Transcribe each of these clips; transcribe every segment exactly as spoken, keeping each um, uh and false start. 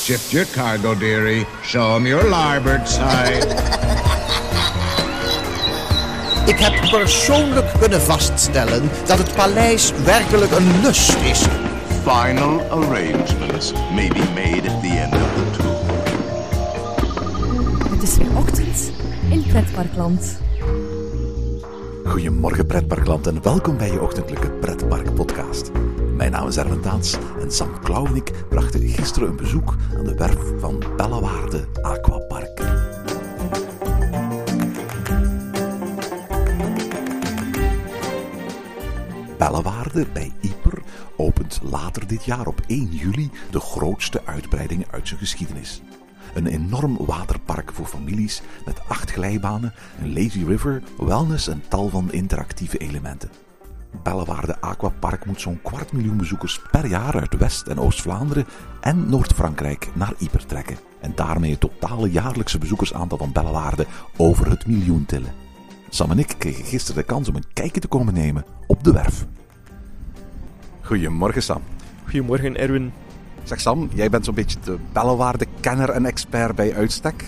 Shift your cargo, dearie. Show 'em your larboard side. Ik heb persoonlijk kunnen vaststellen dat het paleis werkelijk een lust is. Final arrangements may be made at the end of the tour. Het is weer ochtend in Pretparkland. Goedemorgen Pretparkland en welkom bij je ochtendelijke Pretpark podcast. Mijn naam is Erwin Daans en Sam Klauw en ik brachten gisteren een bezoek aan de werf van Bellewaarde Aquapark. Bellewaarde bij Ieper opent later dit jaar op één juli de grootste uitbreiding uit zijn geschiedenis. Een enorm waterpark voor families met acht glijbanen, een lazy river, wellness en tal van interactieve elementen. Bellewaarde Aquapark moet zo'n kwart miljoen bezoekers per jaar uit West- en Oost-Vlaanderen en Noord-Frankrijk naar Ieper trekken. En daarmee het totale jaarlijkse bezoekersaantal van Bellewaarde over het miljoen tillen. Sam en ik kregen gisteren de kans om een kijkje te komen nemen op de werf. Goedemorgen Sam. Goedemorgen Erwin. Zeg Sam, jij bent zo'n beetje de Bellewaarde-kenner en expert bij uitstek.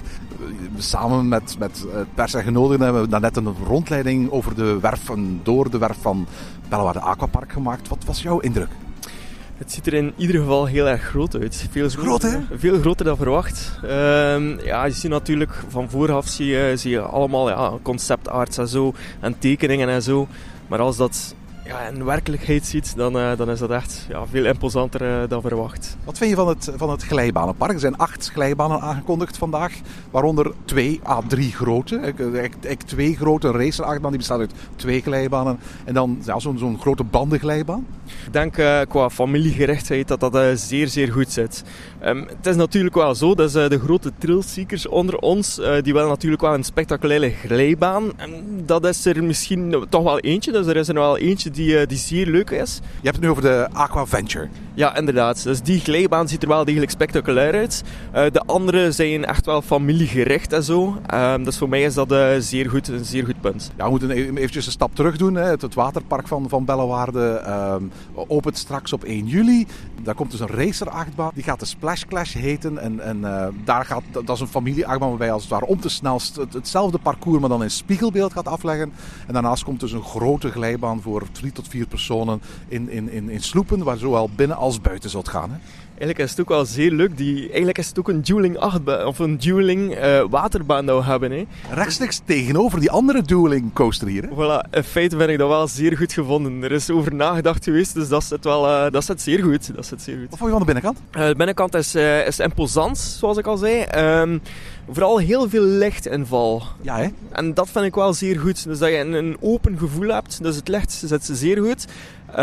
Samen met, met pers en genodigden hebben we daarnet een rondleiding over de werf en door de werf van Bellewaarde Aquapark gemaakt. Wat was jouw indruk? Het ziet er in ieder geval heel erg groot uit. Veel groot, hè? Veel groter dan verwacht. Uh, ja, je ziet natuurlijk van vooraf zie je, zie je allemaal ja, conceptarts en zo en tekeningen en zo. Maar als dat ja, in werkelijkheid ziet, dan, uh, dan is dat echt ja, veel imposanter uh, dan verwacht. Wat vind je van het, van het glijbanenpark? Er zijn acht glijbanen aangekondigd vandaag, waaronder twee à drie grote. Eigenlijk twee grote, een racerachtbaan die bestaat uit twee glijbanen en dan ja, zo'n, zo'n grote bandenglijbaan. Ik denk uh, qua familiegerichtheid dat dat uh, zeer, zeer goed zit. Um, het is natuurlijk wel zo, dat is, uh, de grote thrillseekers onder ons, uh, die willen natuurlijk wel een spectaculaire glijbaan. En dat is er misschien toch wel eentje, dus er is er wel eentje die, uh, die zeer leuk is. Je hebt het nu over de Aquaventure. Ja, inderdaad. Dus die glijbaan ziet er wel degelijk spectaculair uit. Uh, de andere zijn echt wel familiegericht en zo. Uh, dus voor mij is dat uh, zeer goed, een zeer goed punt. Ja, we moeten eventjes een stap terug doen. Hè. Het, het waterpark van, van Bellewaarde uh, opent straks op één juli. Daar komt dus een racerachtbaan. Die gaat de Splash Clash heten. En, en uh, daar gaat, dat is een familieachtbaan waarbij je als het ware om te snelst het, hetzelfde parcours, maar dan in spiegelbeeld gaat afleggen. En daarnaast komt dus een grote glijbaan voor drie tot vier personen in, in, in, in sloepen, waar zowel binnen als buiten zult gaan. Hè. Eigenlijk is het ook wel zeer leuk. Die, eigenlijk is het ook een dueling achtbaan, of een dueling uh, waterbaan dat we hebben. Hè. Rechtstreeks tegenover die andere dueling coaster hier. Hè? Voilà, in feite ben ik dat wel zeer goed gevonden. Er is over nagedacht geweest, dus dat zit wel, uh, dat zit zeer goed. Dat zit zeer goed. Wat vond je van de binnenkant? Uh, de binnenkant is, uh, is imposant, zoals ik al zei. Um, vooral heel veel lichtinval. Ja, hè? En dat vind ik wel zeer goed. Dus dat je een, een open gevoel hebt. Dus het licht zit zeer goed. Uh,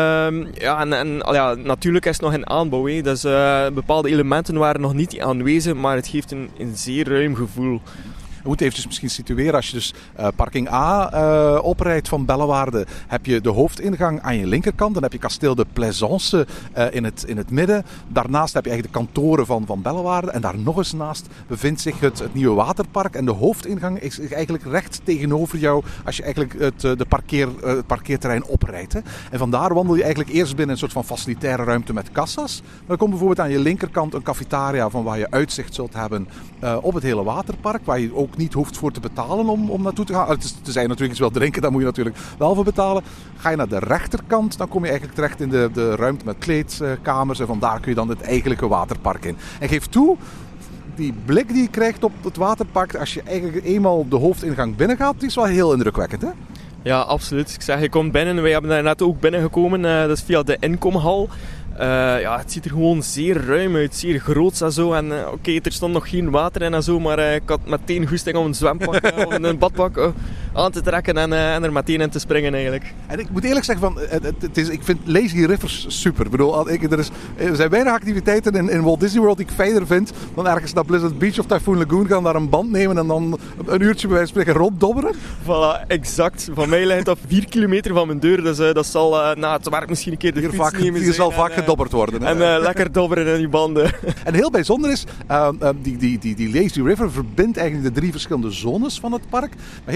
ja, en, en ja, natuurlijk is het nog in aanbouw. Hè. Dus uh, bepaalde elementen waren nog niet aanwezig, maar het geeft een, een zeer ruim gevoel. We moeten eventjes misschien situeren. Als je dus uh, parking A uh, oprijdt van Bellewaarde, heb je de hoofdingang aan je linkerkant. Dan heb je kasteel de Plaisance uh, in, het, in het midden. Daarnaast heb je eigenlijk de kantoren van, van Bellewaarde. En daar nog eens naast bevindt zich het, het nieuwe waterpark. En de hoofdingang is eigenlijk recht tegenover jou als je eigenlijk het, de parkeer, uh, het parkeerterrein oprijdt. Hè. En vandaar wandel je eigenlijk eerst binnen een soort van facilitaire ruimte met kassa's. Maar dan komt bijvoorbeeld aan je linkerkant een cafetaria van waar je uitzicht zult hebben uh, op het hele waterpark. Waar je ook niet hoeft voor te betalen om, om naartoe te gaan. Het is, te zijn natuurlijk iets wel drinken, daar moet je natuurlijk wel voor betalen. Ga je naar de rechterkant, dan kom je eigenlijk terecht in de, de ruimte met kleedkamers en vandaar kun je dan het eigenlijke waterpark in. En geef toe, die blik die je krijgt op het waterpark, als je eigenlijk eenmaal de hoofdingang binnengaat, die is wel heel indrukwekkend, hè? Ja, absoluut. Ik zeg, je komt binnen. Wij hebben daar net ook binnengekomen. Uh, dat is via de inkomhal. Uh, ja, het ziet er gewoon zeer ruim uit, zeer groot en zo. En uh, oké, okay, er stond nog geen water in en zo, maar uh, ik had meteen goesting om een zwempak uh, of een badpak uh, aan te trekken en, uh, en er meteen in te springen eigenlijk. En ik moet eerlijk zeggen, van, het, het is, ik vind Lazy Rivers super. Ik bedoel, ik, er, is, er zijn weinig activiteiten in, in Walt Disney World die ik fijner vind dan ergens naar Blizzard Beach of Typhoon Lagoon gaan, daar een band nemen en dan een uurtje bij wijze van spreken ronddobberen. Voilà, exact. Van mij ligt dat vier kilometer van mijn deur, dus uh, dat zal uh, na het werk misschien een keer de hier fiets vaak, nemen. Hier zal en, vaak uh, gedobberd worden. Hè? En uh, lekker dobberen in die banden. En heel bijzonder is, uh, uh, die, die, die, die Lazy River verbindt eigenlijk de drie verschillende zones van het park. Maar heeft ook een bepaalde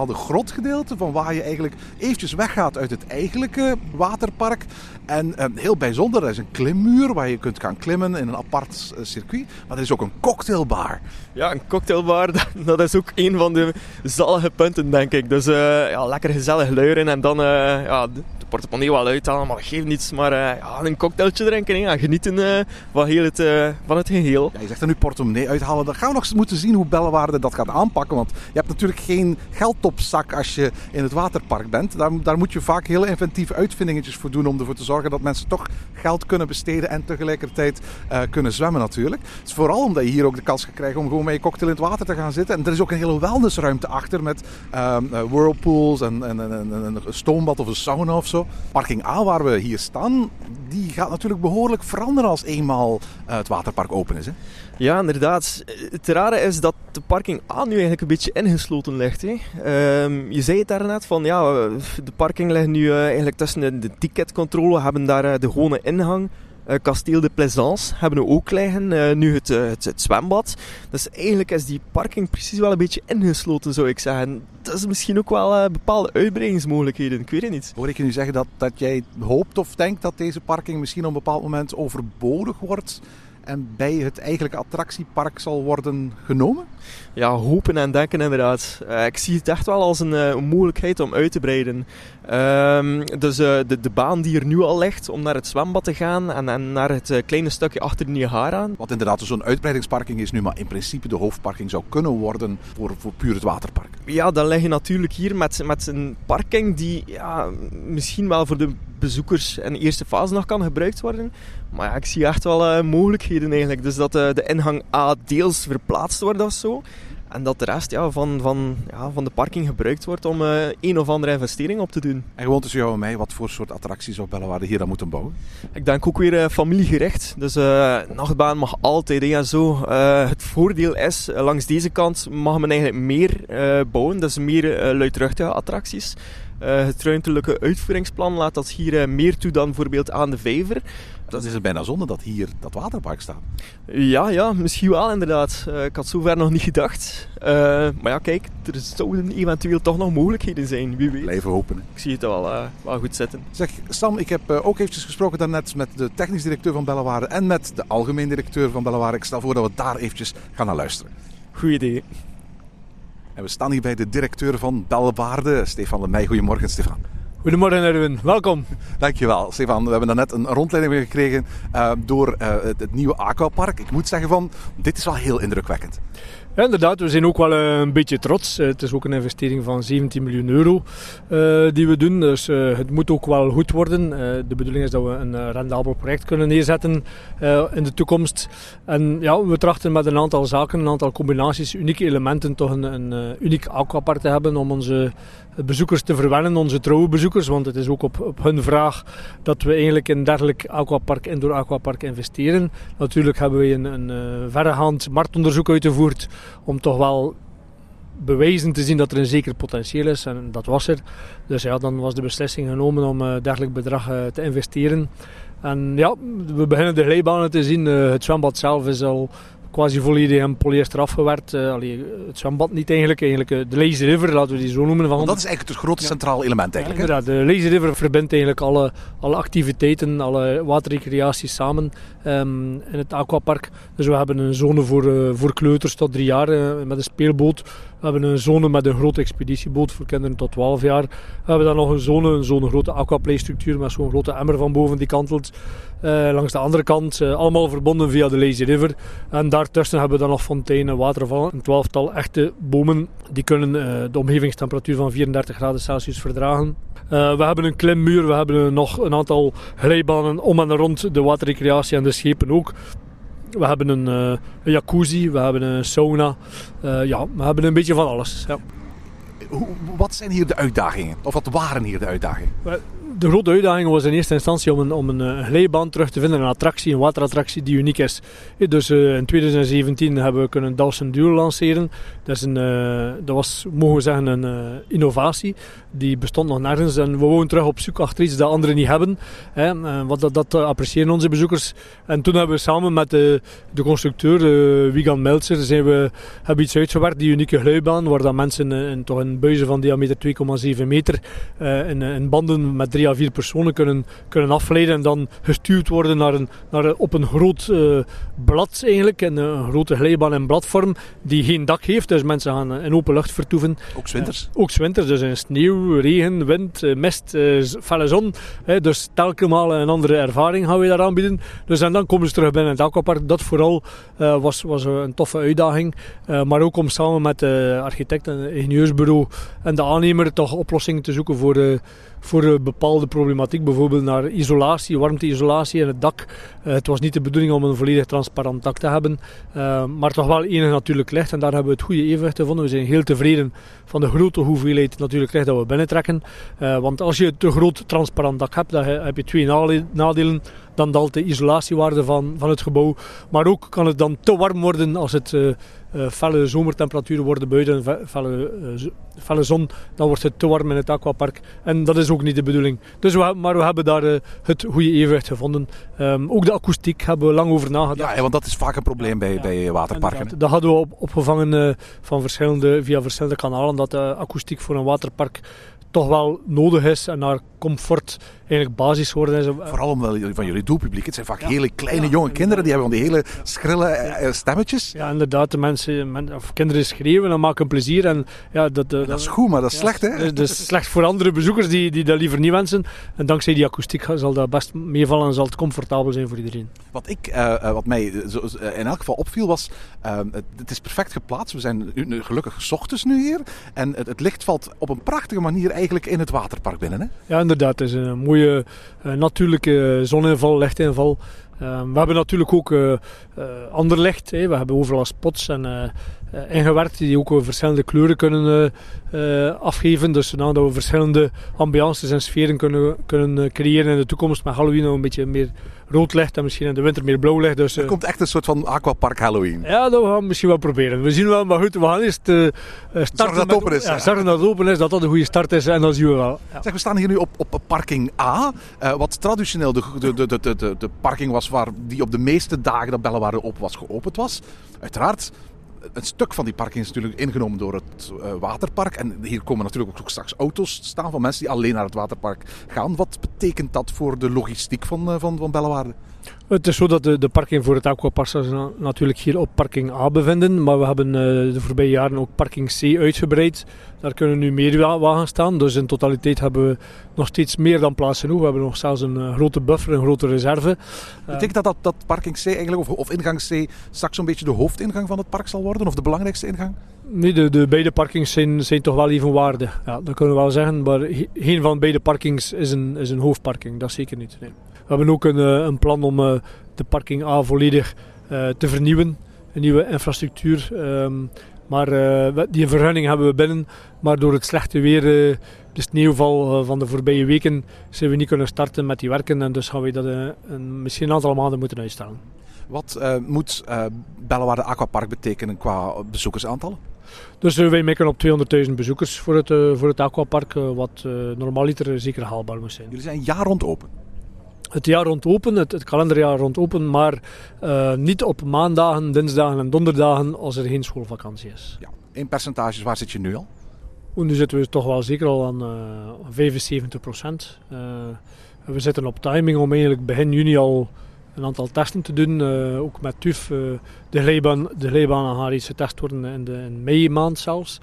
bepaalde grotgedeelte van waar je eigenlijk eventjes weggaat uit het eigenlijke waterpark. En uh, heel bijzonder, er is een klimmuur waar je kunt gaan klimmen in een apart uh, circuit. Maar er is ook een cocktailbar. Ja, een cocktailbar, dat, dat is ook een van de zalige punten, denk ik. Dus uh, ja, lekker gezellig luieren en dan uh, ja, de, de portemonnee wel uithalen, maar dat geeft niets. Maar uh, ja, een cocktailtje drinken hè, en genieten uh, van, heel het, uh, van het geheel. Ja, je zegt er nu portemonnee uithalen. Dan gaan we nog eens moeten zien hoe Bellewaarde dat gaat aanpakken. Want je hebt natuurlijk geen geld op zak als je in het waterpark bent. Daar, daar moet je vaak heel inventieve uitvindingetjes voor doen om ervoor te zorgen dat mensen toch geld kunnen besteden en tegelijkertijd uh, kunnen zwemmen natuurlijk. Het is vooral omdat je hier ook de kans gaat krijgen om gewoon met je cocktail in het water te gaan zitten. En er is ook een hele wellnessruimte achter met uh, uh, whirlpools en, en, en, en een stoombad of een sauna of zo. Parking A, waar we hier staan, die gaat natuurlijk behoorlijk veranderen als eenmaal uh, het waterpark open is. Hè? Ja, inderdaad. Het rare is dat de parking A nu eigenlijk een beetje ingesloten ligt. Hè. Um, je zei het daarnet, van ja, de parking ligt nu uh, eigenlijk tussen de, de ticketcontrole, hebben daar uh, de gewone ingang. Uh, Kasteel de Plaisance hebben we ook liggen, uh, nu het, uh, het, het zwembad. Dus eigenlijk is die parking precies wel een beetje ingesloten, zou ik zeggen. Dat is misschien ook wel uh, bepaalde uitbreidingsmogelijkheden, ik weet het niet. Hoor ik je nu zeggen dat, dat jij hoopt of denkt dat deze parking misschien op een bepaald moment overbodig wordt en bij het eigenlijke attractiepark zal worden genomen? Ja, hopen en denken inderdaad. Uh, ik zie het echt wel als een, uh, een mogelijkheid om uit te breiden. Um, dus uh, de, de baan die er nu al ligt om naar het zwembad te gaan en, en naar het uh, kleine stukje achter de Niagara. Wat inderdaad zo'n uitbreidingsparking is nu, maar in principe de hoofdparking zou kunnen worden voor, voor puur het waterpark. Ja, dan lig je natuurlijk hier met, met een parking die ja, misschien wel voor de bezoekers in de eerste fase nog kan gebruikt worden. Maar ja, ik zie echt wel uh, mogelijkheden eigenlijk. Dus dat uh, de ingang A deels verplaatst wordt of zo. En dat de rest ja, van, van, ja, van de parking gebruikt wordt om uh, een of andere investering op te doen. En gewoon tussen jou en mij, wat voor soort attracties zou Bellewaarde hier dan moeten bouwen? Ik denk ook weer uh, familiegericht. Dus uh, nachtbaan mag altijd en zo. Uh, het voordeel is, uh, langs deze kant mag men eigenlijk meer uh, bouwen. Dus meer uh, luidruchtige attracties. Uh, het ruimtelijke uitvoeringsplan laat dat hier uh, meer toe dan bijvoorbeeld aan de Vijver. Dat is het bijna zonde dat hier dat waterpark staat. Ja, ja, misschien wel inderdaad. Uh, ik had zover nog niet gedacht. Uh, maar ja, kijk, er zouden eventueel toch nog mogelijkheden zijn, wie weet. Blijven hopen. Hè. Ik zie het wel, uh, wel goed zitten. Zeg, Sam, ik heb uh, ook eventjes gesproken daarnet met de technisch directeur van Bellewaarde en met de algemeen directeur van Bellewaarde. Ik stel voor dat we daar eventjes gaan naar luisteren. Goed idee. En we staan hier bij de directeur van Bellewaarde, Stefan Lemay. Goedemorgen, Stefan. Goedemorgen Erwin, welkom. Dankjewel, Stefan. We hebben daarnet een rondleiding weer gekregen uh, door uh, het, het nieuwe aquapark. Ik moet zeggen van, dit is wel heel indrukwekkend. Ja, inderdaad, we zijn ook wel een beetje trots. Het is ook een investering van zeventien miljoen euro uh, die we doen. Dus uh, het moet ook wel goed worden. Uh, de bedoeling is dat we een uh, rendabel project kunnen neerzetten uh, in de toekomst. En ja, we trachten met een aantal zaken, een aantal combinaties, unieke elementen, toch een, een uh, uniek aquapark te hebben om onze bezoekers te verwennen, onze trouwe bezoekers. Want het is ook op, op hun vraag dat we eigenlijk in een dergelijk aquapark, indoor aquapark investeren. Natuurlijk hebben we een, een uh, verregaand marktonderzoek uitgevoerd om toch wel bewijzen te zien dat er een zeker potentieel is. En dat was er. Dus ja, dan was de beslissing genomen om een dergelijk bedrag uh, te investeren. En ja, we beginnen de glijbanen te zien. Uh, het zwembad zelf is al quasi volledig in polyester afgewerkt. Uh, allee, het zwembad niet eigenlijk. eigenlijk uh, de Lazy River, laten we die zo noemen. Van Want dat is eigenlijk het grote centraal element eigenlijk. Ja, inderdaad, de Lazy River verbindt eigenlijk alle, alle activiteiten, alle waterrecreaties samen um, in het aquapark. Dus we hebben een zone voor, uh, voor kleuters tot drie jaar uh, met een speelboot. We hebben een zone met een grote expeditieboot voor kinderen tot twaalf jaar. We hebben dan nog een zone, een zo'n grote aquaplay-structuur met zo'n grote emmer van boven die kantelt. Uh, langs de andere kant, uh, allemaal verbonden via de Lazy River. En daartussen hebben we dan nog fonteinen, watervallen, een twaalftal echte bomen. Die kunnen uh, de omgevingstemperatuur van vierendertig graden Celsius verdragen. Uh, we hebben een klimmuur, we hebben nog een aantal glijbanen om en rond de waterrecreatie en de schepen ook. We hebben een, uh, een jacuzzi, we hebben een sauna. Uh, ja, we hebben een beetje van alles. Ja. Hoe, wat zijn hier de uitdagingen? Of wat waren hier de uitdagingen? De grote uitdaging was in eerste instantie om een, om een, een glijbaan terug te vinden, een attractie, een waterattractie die uniek is. Dus uh, in twintig zeventien hebben we kunnen Dawson Duel lanceren. Dat, is een, uh, dat was, mogen we zeggen, een uh, innovatie. Die bestond nog nergens en we wonen terug op zoek achter iets dat anderen niet hebben. Hè. Uh, wat dat, dat appreciëren onze bezoekers. En toen hebben we samen met de, de constructeur, uh, Wiegand Meltzer, zijn we, hebben iets uitgewerkt, die unieke glijbaan, waar dat mensen uh, in, toch een buizen van diameter twee komma zeven meter uh, in, in banden met drie à vier personen kunnen, kunnen afleiden en dan gestuurd worden naar een, naar een, op een groot uh, blad eigenlijk, een, een grote glijbaan in bladvorm die geen dak heeft, dus mensen gaan in open lucht vertoeven. Ook 's winters? Uh, ook 's winters, dus in sneeuw, regen, wind, uh, mist, uh, felle zon. Uh, dus telkens een andere ervaring gaan we daar aanbieden. Dus en dan komen ze terug binnen het aquapark. Dat vooral uh, was, was een toffe uitdaging. Uh, maar ook om samen met de architect en het ingenieursbureau en de aannemer toch oplossingen te zoeken voor uh, voor een bepaalde problematiek, bijvoorbeeld naar isolatie, warmte-isolatie en het dak. Uh, het was niet de bedoeling om een volledig transparant dak te hebben, uh, maar toch wel enig natuurlijk licht en daar hebben we het goede evenwicht gevonden. We zijn heel tevreden van de grote hoeveelheid natuurlijk licht dat we binnentrekken, uh, want als je een te groot transparant dak hebt, dan heb je twee nadelen. Dan daalt de isolatiewaarde van, van het gebouw, maar ook kan het dan te warm worden als het uh, uh, felle zomertemperaturen worden buiten, felle, uh, felle zon, dan wordt het te warm in het aquapark en dat is ook niet de bedoeling. Dus we, maar we hebben daar uh, het goede evenwicht gevonden. Um, ook de akoestiek hebben we lang over nagedacht. Ja, want dat is vaak een probleem bij, ja, bij waterparken. Dat, dat hadden we op, opgevangen uh, van verschillende, via verschillende kanalen, dat de akoestiek voor een waterpark toch wel nodig is en naar comfort eigenlijk basis geworden is. Vooral omdat van jullie doelpubliek, het zijn vaak ja. hele kleine ja, jonge inderdaad. kinderen, die hebben van die hele schrille uh, stemmetjes. Ja, inderdaad, de mensen, men, of kinderen schreeuwen en maken plezier. En, ja, dat, dat, dat is goed, maar dat is ja, slecht, hè? Dat is slecht voor andere bezoekers die, die dat liever niet wensen. En dankzij die akoestiek zal dat best meevallen en zal het comfortabel zijn voor iedereen. Wat, ik, uh, wat mij zo, uh, in elk geval opviel was, uh, het, het is perfect geplaatst. We zijn nu, gelukkig 's ochtends nu hier. En het, het licht valt op een prachtige manier eigenlijk in het waterpark binnen, hè? Ja, inderdaad. Het is een mooie uh, natuurlijke zoninval, lichtinval. Uh, we hebben natuurlijk ook uh, uh, ander licht. Hè. We hebben overal spots en, uh, uh, ingewerkt die ook uh, verschillende kleuren kunnen uh, uh, afgeven. Dus zodat we verschillende ambiances en sferen kunnen, kunnen uh, creëren in de toekomst. Met Halloween nog een beetje meer rood licht en misschien in de winter meer blauw licht. Dus, uh, er komt echt een soort van aquapark Halloween. Ja, dat gaan we misschien wel proberen. We zien wel, maar goed, we gaan eerst uh, starten. Zorg dat het open is. Ja, zorgen dat het open is, dat dat een goede start is en dan zien we wel. Ja. Zeg, we staan hier nu op, op parking A, uh, wat traditioneel de, de, de, de, de, de parking was waar die op de meeste dagen dat Bellewaarde open was, geopend was. Uiteraard, een stuk van die parking is natuurlijk ingenomen door het uh, waterpark. En hier komen natuurlijk ook straks auto's staan van mensen die alleen naar het waterpark gaan. Wat betekent dat voor de logistiek van, uh, van, van Bellewaarde? Het is zo dat de, de parking voor het aquapark zich natuurlijk hier op parking A bevinden, maar we hebben uh, de voorbije jaren ook parking C uitgebreid. Daar kunnen nu meer wagens staan, dus in totaliteit hebben we nog steeds meer dan plaats genoeg. We hebben nog zelfs een uh, grote buffer, een grote reserve. Betekent dat, dat dat parking C eigenlijk, of, of ingang C straks zo'n beetje de hoofdingang van het park zal worden, of de belangrijkste ingang? Nee, de, de beide parkings zijn, zijn toch wel evenwaardig. Ja, dat kunnen we wel zeggen, maar geen van beide parkings is een, is een hoofdparking, dat zeker niet. Nee. We hebben ook een, een plan om uh, de parking A volledig uh, te vernieuwen, een nieuwe infrastructuur. Um, maar uh, die vergunning hebben we binnen, maar door het slechte weer, uh, de sneeuwval uh, van de voorbije weken, zijn we niet kunnen starten met die werken en dus gaan we dat uh, een, misschien een aantal maanden moeten uitstellen. Wat uh, moet uh, Bellewaarde Aquapark betekenen qua bezoekersaantallen? Dus uh, wij mikken op tweehonderdduizend bezoekers voor het, uh, voor het aquapark, uh, wat uh, normaliter zeker haalbaar moet zijn. Jullie zijn jaar rond open? Het jaar rond open, het, het kalenderjaar rond open, maar uh, niet op maandagen, dinsdagen en donderdagen als er geen schoolvakantie is. Ja. In percentages, waar zit je nu al? O, nu zitten we toch wel zeker al aan uh, vijfenzeventig procent. Uh, we zitten op timing om eigenlijk begin juni al een aantal testen te doen. Uh, ook met T U F. Uh, de glijbaan, de glijbaan gaat iets getest worden in, de, in mei maand zelfs.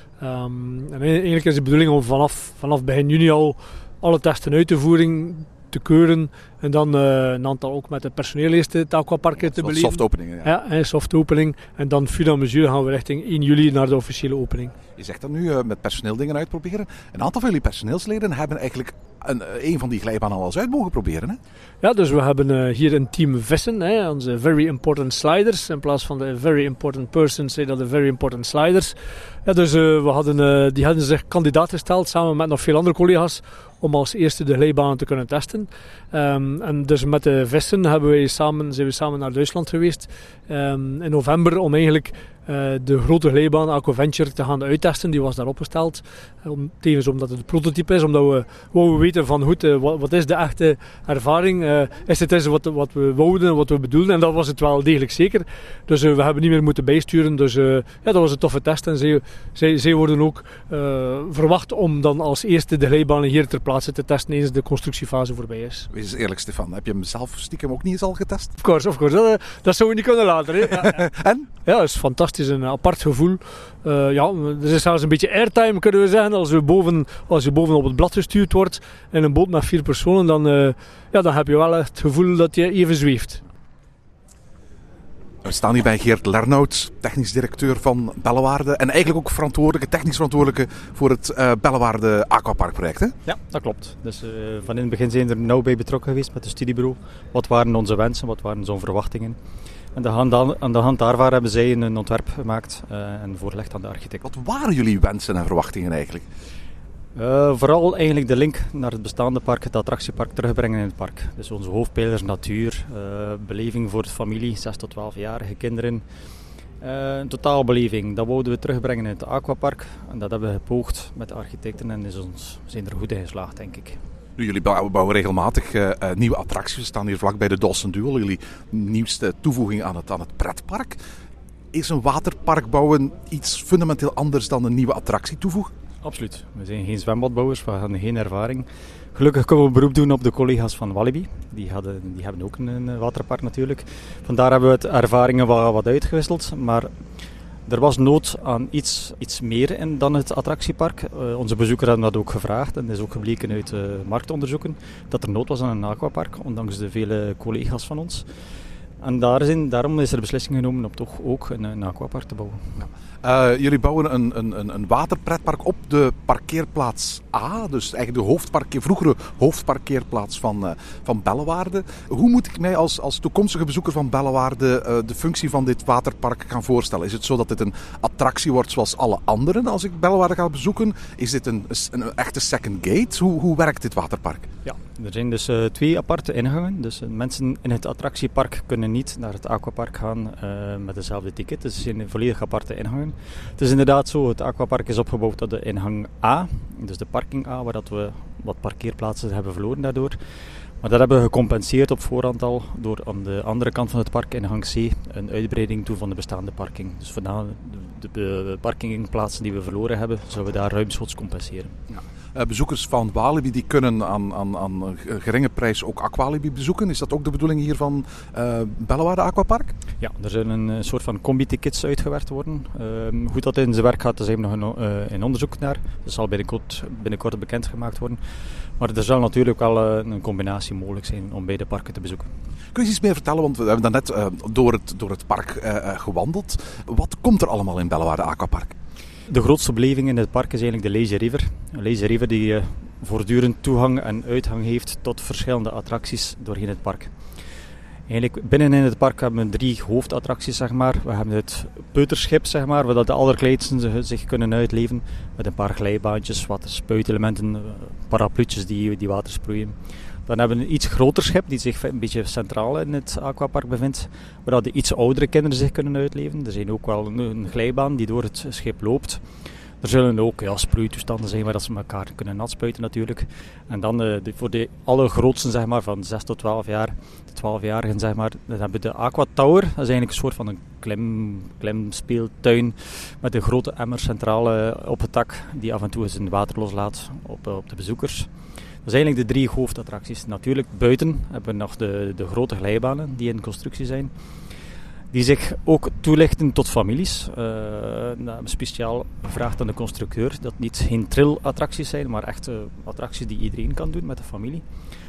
Um, en eigenlijk is de bedoeling om vanaf, vanaf begin juni al alle testen uit te voeren, te keuren En dan uh, een aantal ook met het personeel eerst het aquapark te beleven. Soft openingen. Ja, ja een soft opening. En dan fur en mesure gaan we richting één juli naar de officiële opening. Je zegt dat nu uh, met personeel dingen uitproberen. Een aantal van jullie personeelsleden hebben eigenlijk een, een van die glijbanen al eens uit mogen proberen. Hè? Ja, dus we hebben uh, hier een team vissen, hè, onze very important sliders. In plaats van de very important persons, zijn dat de very important sliders. Ja, dus uh, we hadden, uh, die hadden zich kandidaat gesteld samen met nog veel andere collega's om als eerste de glijbanen te kunnen testen. Um, en dus met de vissen hebben wij samen, zijn we samen naar Duitsland geweest um, in november om eigenlijk uh, de grote glijbaan Aquaventure te gaan uittesten. Die was daar opgesteld. Um, tevens omdat het een prototype is, omdat we, we weten van goed, uh, wat, wat is de echte ervaring? Uh, is het is wat, wat we wouden, wat we bedoelden? En dat was het wel degelijk zeker. Dus uh, we hebben niet meer moeten bijsturen. Dus uh, ja, dat was een toffe test. En zij, zij, zij worden ook uh, verwacht om dan als eerste de glijbanen hier ter plaatse te testen eens de constructiefase voorbij is. Wees eens eerlijk, Stefan. Heb je hem zelf stiekem ook niet eens al getest? Of course, of course. Dat, dat zou je niet kunnen laten. Hè? Ja, ja. En? Ja, het is fantastisch. Een apart gevoel. Uh, ja, er is zelfs een beetje airtime, kunnen we zeggen. Als je boven, als je boven op het blad gestuurd wordt in een boot met vier personen, dan, uh, ja, dan heb je wel het gevoel dat je even zweeft. We staan hier bij Geert Lernout, technisch directeur van Bellewaarde en eigenlijk ook verantwoordelijke, technisch verantwoordelijke voor het uh, Bellewaarde Aquaparkproject. Hè? Ja, dat klopt. Dus uh, van in het begin zijn we er nauw bij betrokken geweest met het studiebureau. Wat waren onze wensen, wat waren onze verwachtingen? En de hand, aan de hand daarvan hebben zij een ontwerp gemaakt uh, en voorgelegd aan de architect. Wat waren jullie wensen en verwachtingen eigenlijk? Uh, vooral eigenlijk de link naar het bestaande park, het attractiepark, terugbrengen in het park. Dus onze hoofdpijlers, natuur, uh, beleving voor de familie, zes tot twaalfjarige kinderen. Uh, een totaalbeleving, dat wouden we terugbrengen in het aquapark. En dat hebben we gepoogd met de architecten en is ons, we zijn er goed in geslaagd, denk ik. Nu, jullie bouwen, bouwen regelmatig uh, uh, nieuwe attracties. We staan hier vlak bij de Dawson Duel, jullie nieuwste toevoeging aan het, aan het pretpark. Is een waterpark bouwen iets fundamenteel anders dan een nieuwe attractie toevoegen? Absoluut. We zijn geen zwembadbouwers, we hebben geen ervaring. Gelukkig kunnen we beroep doen op de collega's van Walibi. Die, hadden, die hebben ook een, een waterpark natuurlijk. Vandaar hebben we het ervaringen wat, wat uitgewisseld. Maar er was nood aan iets, iets meer in dan het attractiepark. Uh, onze bezoekers hebben dat ook gevraagd. En dat is ook gebleken uit uh, marktonderzoeken. Dat er nood was aan een aquapark, ondanks de vele collega's van ons. En daar is, daarom is er beslissing genomen om toch ook een, een aquapark te bouwen. Ja. Uh, jullie bouwen een, een, een waterpretpark op de parkeerplaats A, dus eigenlijk de hoofdparkeer, vroegere hoofdparkeerplaats van, uh, van Bellewaarde. Hoe moet ik mij als, als toekomstige bezoeker van Bellewaarde uh, de functie van dit waterpark gaan voorstellen? Is het zo dat dit een attractie wordt zoals alle anderen als ik Bellewaarde ga bezoeken? Is dit een, een echte second gate? Hoe, hoe werkt dit waterpark? Ja, er zijn dus uh, twee aparte ingangen. Dus uh, mensen in het attractiepark kunnen niet naar het aquapark gaan uh, met dezelfde ticket. Dus het zijn volledig aparte ingangen. Het is inderdaad zo, het aquapark is opgebouwd tot de ingang A, dus de parking A, waar dat we wat parkeerplaatsen hebben verloren daardoor. Maar dat hebben we gecompenseerd op voorhand al door aan de andere kant van het park, ingang C, een uitbreiding toe van de bestaande parking. Dus vandaar de, de, de parkingplaatsen die we verloren hebben, zullen we daar ruimschoots compenseren. Ja. Uh, bezoekers van Walibi die kunnen aan, aan, aan geringe prijs ook Aqualibi bezoeken. Is dat ook de bedoeling hier van uh, Bellewaarde Aquapark? Ja, er zullen een soort van combi-tickets uitgewerkt worden. Uh, hoe dat in zijn werk gaat, daar zijn we nog in, uh, in onderzoek naar. Dat zal binnenkort, binnenkort bekendgemaakt worden. Maar er zal natuurlijk wel uh, een combinatie mogelijk zijn om beide parken te bezoeken. Kun je iets meer vertellen? Want we hebben daarnet uh, door, het, door het park uh, uh, gewandeld. Wat komt er allemaal in Bellewaarde Aquapark? De grootste beleving in het park is eigenlijk de Lazy River. Een Lazy River die uh, voortdurend toegang en uitgang heeft tot verschillende attracties doorheen het park. Eigenlijk binnen in het park hebben we drie hoofdattracties, zeg maar. We hebben het peuterschip, zeg maar, waar de allerkleinsten zich kunnen uitleven. Met een paar glijbaantjes, wat spuitelementen, parapluutjes die, die water sproeien. Dan hebben we een iets groter schip die zich een beetje centraal in het aquapark bevindt, waar de iets oudere kinderen zich kunnen uitleven. Er zijn ook wel een, een glijbaan die door het schip loopt. Er zullen ook ja, sproeitoestanden zijn waar dat ze elkaar kunnen natspuiten natuurlijk. En dan uh, de, voor de allergrootsten, zeg maar, van zes tot twaalf jaar, de twaalfjarigen, zeg maar, dan hebben we de Aqua Tower. Dat is eigenlijk een soort van een klim, klimspeeltuin met een grote emmer centraal uh, op het dak die af en toe eens in water loslaat op, uh, op de bezoekers. Dat zijn eigenlijk de drie hoofdattracties. Natuurlijk, buiten hebben we nog de, de grote glijbanen die in constructie zijn. Die zich ook toelichten tot families. Uh, nou, speciaal gevraagd aan de constructeur dat niet geen trill-attracties zijn, maar echt uh, attracties die iedereen kan doen met de familie.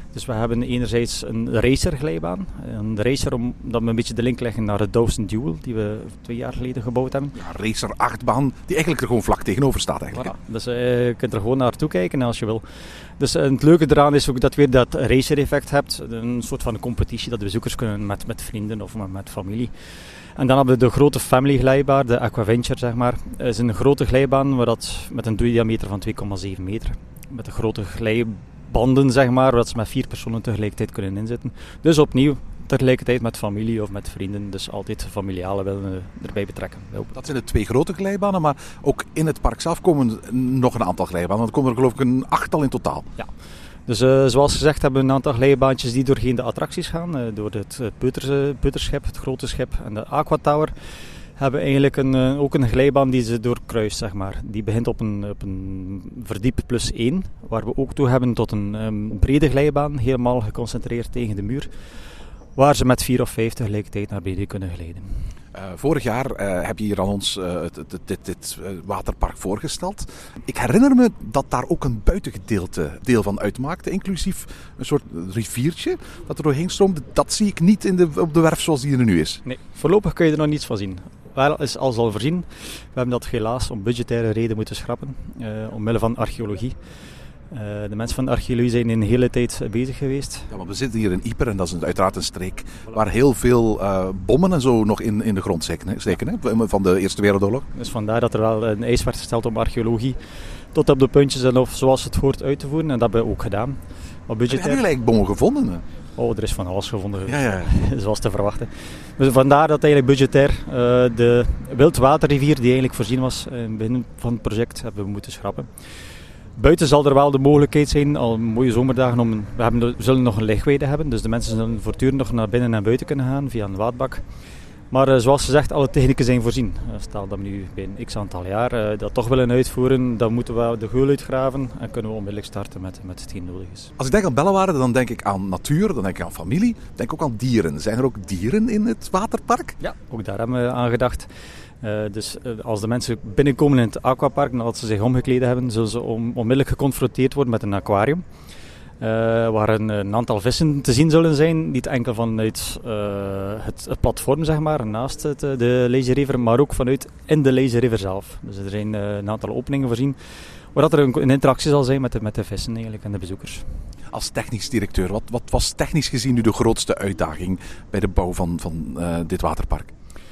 Dus we hebben enerzijds een racer-glijbaan. Een racer omdat we een beetje de link leggen naar de Dawson Duel, die we twee jaar geleden gebouwd hebben. Ja, racer-achtbaan, die eigenlijk er gewoon vlak tegenover staat eigenlijk. Voilà. Dus uh, je kunt er gewoon naartoe kijken als je wil. Dus uh, het leuke eraan is ook dat je weer dat racer-effect hebt. Een soort van competitie dat de bezoekers kunnen met, met vrienden of met, met familie. En dan hebben we de grote family glijbaan, de Aquaventure zeg maar. Het is een grote glijbaan waar dat, met een diameter van twee komma zeven meter. Met een grote glijbanden zeg maar, waar ze met vier personen tegelijkertijd kunnen inzitten. Dus opnieuw tegelijkertijd met familie of met vrienden. Dus altijd familiale willen erbij betrekken. Dat zijn de twee grote glijbanen, maar ook in het park zelf komen nog een aantal glijbanen. Er komen er geloof ik een achttal in totaal. Ja. Dus uh, zoals gezegd hebben we een aantal glijbaantjes die doorheen de attracties gaan. Uh, door het uh, Peuters, uh, Peuterschip, het grote schip en de Aquatower. Hebben eigenlijk een, uh, ook een glijbaan die ze doorkruist, zeg maar. Die begint op een, op een verdiep plus één. Waar we ook toe hebben tot een um, brede glijbaan, helemaal geconcentreerd tegen de muur. Waar ze met vier of vijf tegelijkertijd naar beneden kunnen glijden. Uh, vorig jaar uh, heb je hier aan ons uh, dit, dit, dit uh, waterpark voorgesteld. Ik herinner me dat daar ook een buitengedeelte deel van uitmaakte, inclusief een soort riviertje dat er doorheen stroomde. Dat zie ik niet in de, op de werf zoals die er nu is. Nee, voorlopig kun je er nog niets van zien. Wel is alles al voorzien. We hebben dat helaas om budgettaire reden moeten schrappen, uh, omwille van archeologie. Uh, de mensen van de archeologie zijn een hele tijd bezig geweest. Ja, maar we zitten hier in Yper en dat is een, uiteraard een streek waar heel veel uh, bommen en zo nog in, in de grond steken, steken hè, van de Eerste Wereldoorlog. Dus vandaar dat er wel een eis werd gesteld om archeologie tot op de puntjes en of zoals het hoort uit te voeren. En dat hebben we ook gedaan. Maar budgetair... Hebben jullie eigenlijk bommen gevonden? Hè? Oh, er is van alles gevonden, ja, ja. zoals te verwachten. Dus vandaar dat eigenlijk budgetair uh, de wildwaterrivier die eigenlijk voorzien was in het begin van het project hebben we moeten schrappen. Buiten zal er wel de mogelijkheid zijn, al mooie zomerdagen, om, we, hebben, we zullen nog een lichtweide hebben. Dus de mensen zullen voortdurend nog naar binnen en buiten kunnen gaan via een waadbak. Maar uh, zoals gezegd, alle technieken zijn voorzien. Uh, stel dat we nu bij een x aantal jaar uh, dat toch willen uitvoeren, dan moeten we de geul uitgraven en kunnen we onmiddellijk starten met, met hetgeen nodig is. Als ik denk aan Bellewaarde, dan denk ik aan natuur, dan denk ik aan familie, denk ook aan dieren. Zijn er ook dieren in het waterpark? Ja, ook daar hebben we aan gedacht. Uh, dus uh, als de mensen binnenkomen in het aquapark, nadat ze zich omgekleed hebben, zullen ze on- onmiddellijk geconfronteerd worden met een aquarium. Uh, waar een, een aantal vissen te zien zullen zijn, niet enkel vanuit uh, het, het platform, zeg maar, naast het, de Lazy River, maar ook vanuit in de Lazy River zelf. Dus er zijn uh, een aantal openingen voorzien, waar er een, een interactie zal zijn met de, met de vissen eigenlijk en de bezoekers. Als technisch directeur, wat, wat was technisch gezien nu de grootste uitdaging bij de bouw van, van uh, dit waterpark?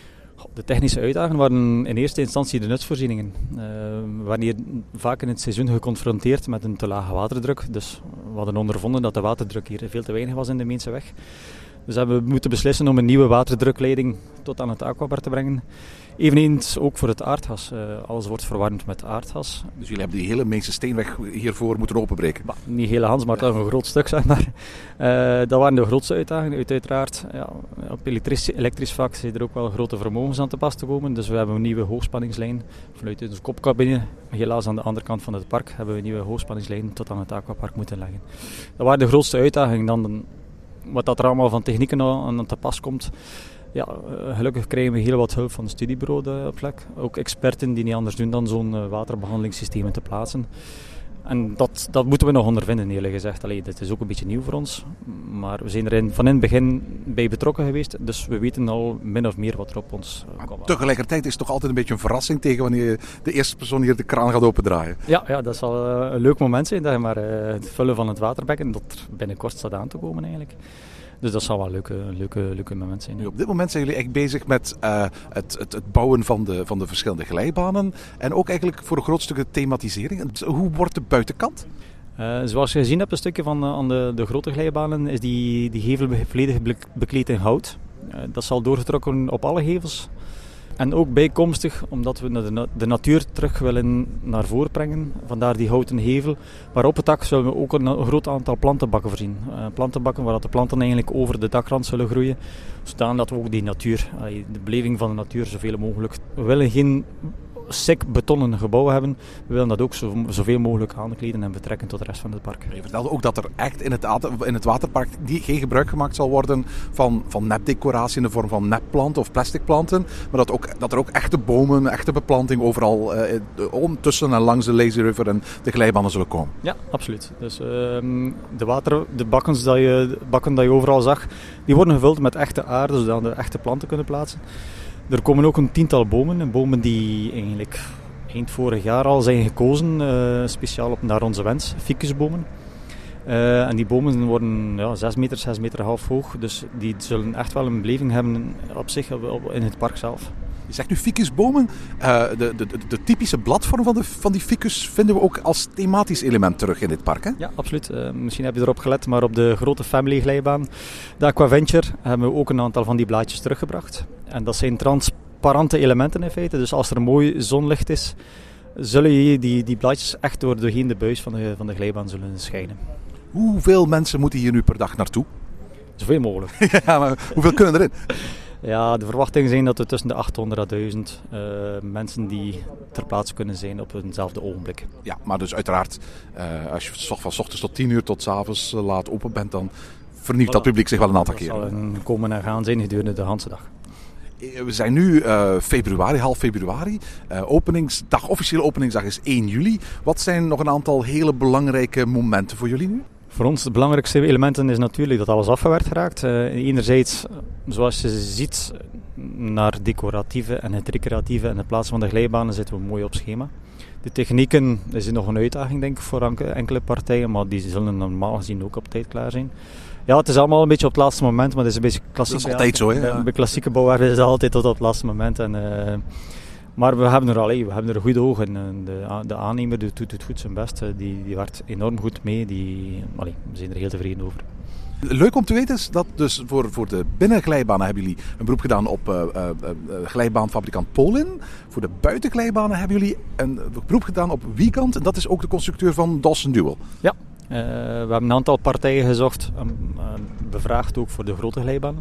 De technische uitdagingen waren in eerste instantie de nutsvoorzieningen. Uh, we waren hier vaak in het seizoen geconfronteerd met een te lage waterdruk. Dus we hadden ondervonden dat de waterdruk hier veel te weinig was in de Meenseweg. Dus hebben we moeten beslissen om een nieuwe waterdrukleiding tot aan het aquabar te brengen. Eveneens ook voor het aardgas. Uh, alles wordt verwarmd met aardgas. Dus jullie hebben die hele Meense Steenweg hiervoor moeten openbreken? Bah, niet helemaal, maar toch een groot stuk, zeg maar. Uh, dat waren de grootste uitdagingen. Uit, uiteraard, ja, op elektrisch, elektrisch vlak zijn er ook wel grote vermogens aan te pas te komen. Dus we hebben een nieuwe hoogspanningslijn vanuit de kopcabine. Helaas aan de andere kant van het park hebben we een nieuwe hoogspanningslijn tot aan het aquapark moeten leggen. Dat waren de grootste uitdagingen. Dan de, wat dat er allemaal van technieken aan te pas komt. Ja, gelukkig krijgen we heel wat hulp van het studiebureau op plek. Ook experten die niet anders doen dan zo'n uh, waterbehandelingssysteem te plaatsen. En dat, dat moeten we nog ondervinden, eerlijk gezegd. Allee, dit is ook een beetje nieuw voor ons. Maar we zijn er in, van in het begin bij betrokken geweest. Dus we weten al min of meer wat er op ons uh, komt. Tegelijkertijd is het toch altijd een beetje een verrassing tegen wanneer de eerste persoon hier de kraan gaat opendraaien. Ja, ja dat zal uh, een leuk moment zijn. Dat maar, uh, het vullen van het waterbekken, dat er binnenkort staat aan te komen eigenlijk. Dus dat zal wel een leuke, leuke, leuke moment zijn. Nu, op dit moment zijn jullie echt bezig met uh, het, het, het bouwen van de, van de verschillende glijbanen. En ook eigenlijk voor een groot stuk de thematisering. Hoe wordt de buitenkant? Uh, zoals je gezien hebt, een stukje van uh, aan de, de grote glijbanen is die, die gevel volledig bekleed in hout. Uh, dat zal doorgetrokken op alle gevels. En ook bijkomstig, omdat we de, na- de natuur terug willen naar voren brengen, vandaar die houten hevel. Maar op het dak zullen we ook een, een groot aantal plantenbakken voorzien. Uh, plantenbakken waar de planten eigenlijk over de dakrand zullen groeien, zodat we ook die natuur, uh, de beleving van de natuur zoveel mogelijk... We willen geen sick betonnen gebouw hebben. We willen dat ook zo, zoveel mogelijk aankleden en betrekken tot de rest van het park. Je vertelde ook dat er echt in het, water, in het waterpark die, geen gebruik gemaakt zal worden van, van nepdecoratie in de vorm van nepplanten of plastic planten. Maar dat, ook, dat er ook echte bomen, echte beplanting overal uh, om, tussen en langs de Lazy River en de glijbanen zullen komen. Ja, absoluut. Dus uh, de, water, de bakken dat, je, bakken dat je overal zag, die worden gevuld met echte aarde, zodat we echte planten kunnen plaatsen. Er komen ook een tiental bomen, bomen die eigenlijk eind vorig jaar al zijn gekozen, uh, speciaal op, naar onze wens, ficusbomen. Uh, en die bomen worden ja, zes meter, zes meter half hoog, dus die zullen echt wel een beleving hebben op zich in het park zelf. Je zegt nu ficusbomen. Uh, de, de, de typische bladvorm van, de, van die ficus vinden we ook als thematisch element terug in dit park, hè? Ja, absoluut. Uh, misschien heb je erop gelet, maar op de grote family glijbaan, de Aquaventure, hebben we ook een aantal van die blaadjes teruggebracht. En dat zijn transparante elementen in feite, dus als er mooi zonlicht is, zullen je die, die blaadjes echt door, doorheen de buis van de, van de glijbaan zullen schijnen. Hoeveel mensen moeten hier nu per dag naartoe? Zoveel mogelijk. Ja, maar hoeveel kunnen erin? Ja, de verwachtingen zijn dat er tussen de achthonderd en duizend uh, mensen die ter plaatse kunnen zijn op eenzelfde ogenblik. Ja, maar dus uiteraard, uh, als je van 's ochtends tot tien uur tot 's avonds uh, laat open bent, dan vernieuwt voilà. dat publiek zich wel een aantal dat keren. Dat zal een komen en gaan zijn gedurende de hele dag. We zijn nu uh, februari, half februari. Uh, openingsdag, officiële openingsdag is één juli. Wat zijn nog een aantal hele belangrijke momenten voor jullie nu? Voor ons de belangrijkste elementen is natuurlijk dat alles afgewerkt geraakt. Uh, enerzijds, zoals je ziet, naar decoratieve en het recreatieve en het plaatsen van de glijbanen zitten we mooi op schema. De technieken is nog een uitdaging denk ik voor enkele partijen, maar die zullen normaal gezien ook op tijd klaar zijn. Ja, het is allemaal een beetje op het laatste moment, maar het is een beetje klassiek. Dat is altijd zo, hè? Ja. Bij klassieke bouwwerken is het altijd tot op het laatste moment. En, uh, maar we hebben er al, we hebben er goede ogen. En de, de aannemer doet, doet goed zijn best. Die, die werkt enorm goed mee. Die, allee, we zijn er heel tevreden over. Leuk om te weten is dat dus voor, voor de binnenglijbanen hebben jullie een beroep gedaan op uh, uh, uh, glijbaanfabrikant Polin. Voor de buitenglijbanen hebben jullie een beroep gedaan op Wiegand. En dat is ook de constructeur van Dawson Duel. Ja, uh, we hebben een aantal partijen gezocht. Um, uh, bevraagd ook voor de grote glijbanen.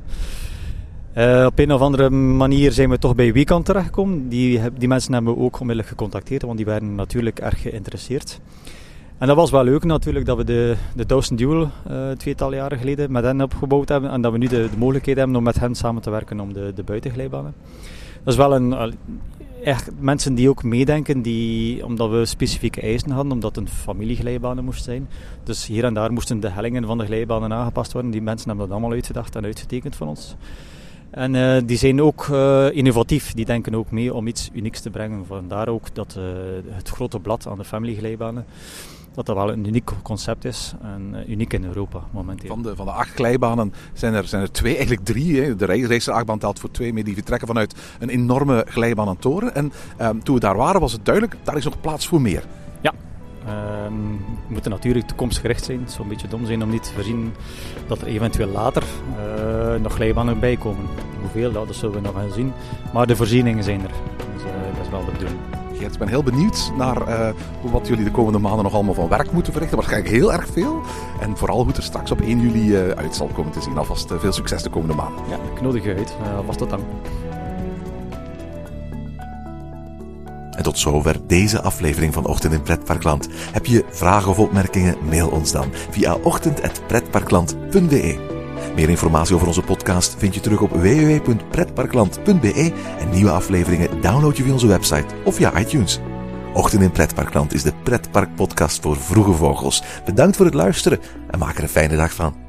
Uh, op een of andere manier zijn we toch bij Wiegand terechtgekomen. Die, die mensen hebben we ook onmiddellijk gecontacteerd, want die waren natuurlijk erg geïnteresseerd. En dat was wel leuk natuurlijk, dat we de, de Dawson Duel uh, tweetal jaren geleden met hen opgebouwd hebben. En dat we nu de, de mogelijkheid hebben om met hen samen te werken om de, de buitenglijbanen. Dat is wel een... Uh, echt mensen die ook meedenken, die, omdat we specifieke eisen hadden, omdat het een familieglijbanen moest zijn. Dus hier en daar moesten de hellingen van de glijbanen aangepast worden. Die mensen hebben dat allemaal uitgedacht en uitgetekend van ons. En uh, die zijn ook uh, innovatief, die denken ook mee om iets unieks te brengen. Vandaar ook dat uh, het grote blad aan de family-glijbanen, dat dat wel een uniek concept is en uh, uniek in Europa momenteel. Van de, van de acht glijbanen zijn er, zijn er twee, eigenlijk drie. Hè. De racerachtbaan telt voor twee mee, die vertrekken vanuit een enorme glijbaan en toren. En um, toen we daar waren was het duidelijk, daar is nog plaats voor meer. Ja. Um, we moeten natuurlijk toekomstgericht zijn. Het zou een beetje dom zijn om niet te voorzien dat er eventueel later uh, nog glijbanen bij komen. Hoeveel, dat, dat zullen we nog gaan zien. Maar de voorzieningen zijn er. Dus uh, dat is wel de bedoeling. Geert, ik ben heel benieuwd naar uh, wat jullie de komende maanden nog allemaal van werk moeten verrichten. Waarschijnlijk heel erg veel. En vooral hoe het er straks op één juli uh, uit zal komen te zien. Alvast uh, veel succes de komende maanden. Ja, ik nodig je uit. Uh, alvast tot dan. En tot zover deze aflevering van Ochtend in Pretparkland. Heb je vragen of opmerkingen? Mail ons dan via ochtend apenstaartje pretparkland punt b e. Meer informatie over onze podcast vind je terug op w w w punt pretparkland punt b e en nieuwe afleveringen download je via onze website of via iTunes. Ochtend in Pretparkland is de pretparkpodcast voor vroege vogels. Bedankt voor het luisteren en maak er een fijne dag van.